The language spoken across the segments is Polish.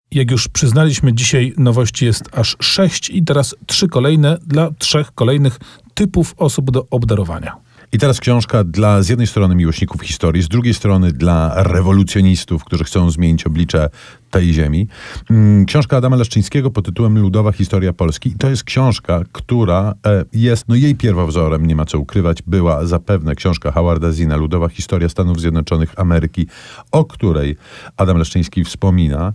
Jak już przyznaliśmy, dzisiaj nowości jest aż 6 i teraz 3 kolejne dla 3 kolejnych typów osób do obdarowania. I teraz książka dla z jednej strony miłośników historii, z drugiej strony dla rewolucjonistów, którzy chcą zmienić oblicze tej ziemi. Książka Adama Leszczyńskiego pod tytułem Ludowa historia Polski. I to jest książka, która jest, jej pierwowzorem, nie ma co ukrywać, była zapewne książka Howarda Zinna, Ludowa historia Stanów Zjednoczonych Ameryki, o której Adam Leszczyński wspomina,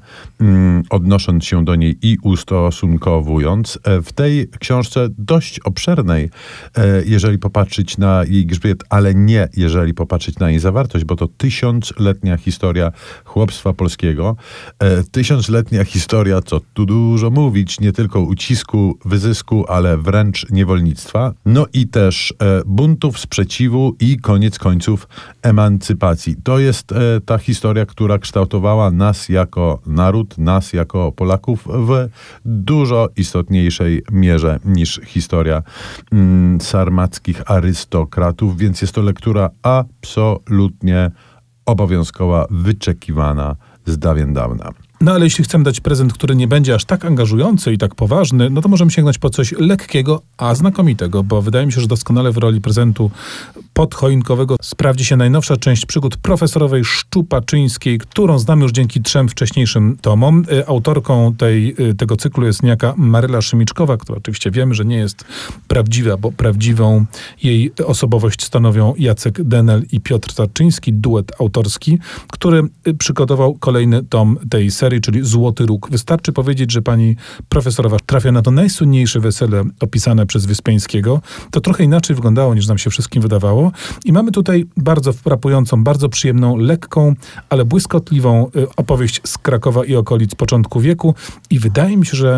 odnosząc się do niej i ustosunkowując. W tej książce dość obszernej, jeżeli popatrzeć na jej grzbiet, ale nie jeżeli popatrzeć na jej zawartość, bo to 1000-letnia historia chłopstwa polskiego, 1000-letnia historia, co tu dużo mówić, nie tylko ucisku, wyzysku, ale wręcz niewolnictwa. No i też buntów, sprzeciwu i koniec końców emancypacji. To jest ta historia, która kształtowała nas jako naród, nas jako Polaków w dużo istotniejszej mierze niż historia sarmackich arystokratów, więc jest to lektura absolutnie obowiązkowa, wyczekiwana z dawien dawna. No ale jeśli chcemy dać prezent, który nie będzie aż tak angażujący i tak poważny, no to możemy sięgnąć po coś lekkiego, a znakomitego, bo wydaje mi się, że doskonale w roli prezentu podchoinkowego sprawdzi się najnowsza część przygód profesorowej Szczupaczyńskiej, którą znamy już dzięki 3 wcześniejszym tomom. Autorką tego cyklu jest niejaka Maryla Szymiczkowa, która oczywiście wiemy, że nie jest prawdziwa, bo prawdziwą jej osobowość stanowią Jacek Denel i Piotr Tarczyński, duet autorski, który przygotował kolejny tom tej serii, czyli Złoty Róg. Wystarczy powiedzieć, że pani profesorowa trafia na to najsłynniejsze wesele opisane przez Wyspiańskiego. To trochę inaczej wyglądało, niż nam się wszystkim wydawało. I mamy tutaj bardzo frapującą, bardzo przyjemną, lekką, ale błyskotliwą opowieść z Krakowa i okolic początku wieku. I wydaje mi się, że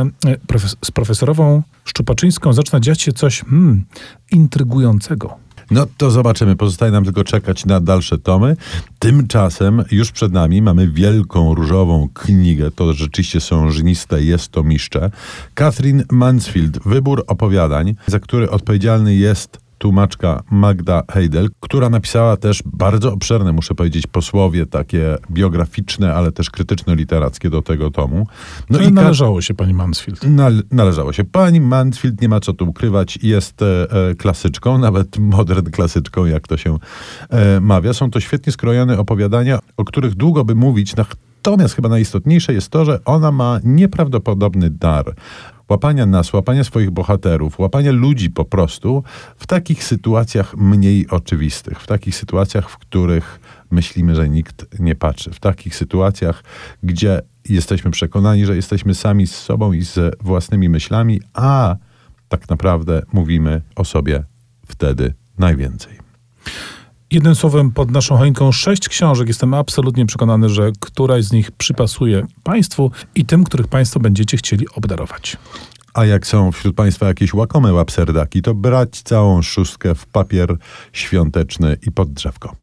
z profesorową Szczupaczyńską zaczyna dziać się coś intrygującego. No to zobaczymy. Pozostaje nam tylko czekać na dalsze tomy. Tymczasem już przed nami mamy wielką różową knigę. To rzeczywiście są żniste, jest to miszcze. Katrin Mansfield. Wybór opowiadań, za który odpowiedzialny jest tłumaczka Magda Heidel, która napisała też bardzo obszerne, muszę powiedzieć, posłowie takie biograficzne, ale też krytyczno-literackie do tego tomu. No i należało się pani Mansfield. Należało się. Pani Mansfield, nie ma co tu ukrywać, jest klasyczką, nawet modern klasyczką, jak to się mawia. Są to świetnie skrojone opowiadania, o których długo by mówić, natomiast chyba najistotniejsze jest to, że ona ma nieprawdopodobny dar łapania nas, łapania swoich bohaterów, łapania ludzi po prostu w takich sytuacjach mniej oczywistych, w takich sytuacjach, w których myślimy, że nikt nie patrzy, w takich sytuacjach, gdzie jesteśmy przekonani, że jesteśmy sami z sobą i z własnymi myślami, a tak naprawdę mówimy o sobie wtedy najwięcej. Jednym słowem, pod naszą choinką 6 książek. Jestem absolutnie przekonany, że któraś z nich przypasuje państwu i tym, których państwo będziecie chcieli obdarować. A jak są wśród państwa jakieś łakome łapserdaki, to brać całą 6 w papier świąteczny i pod drzewko.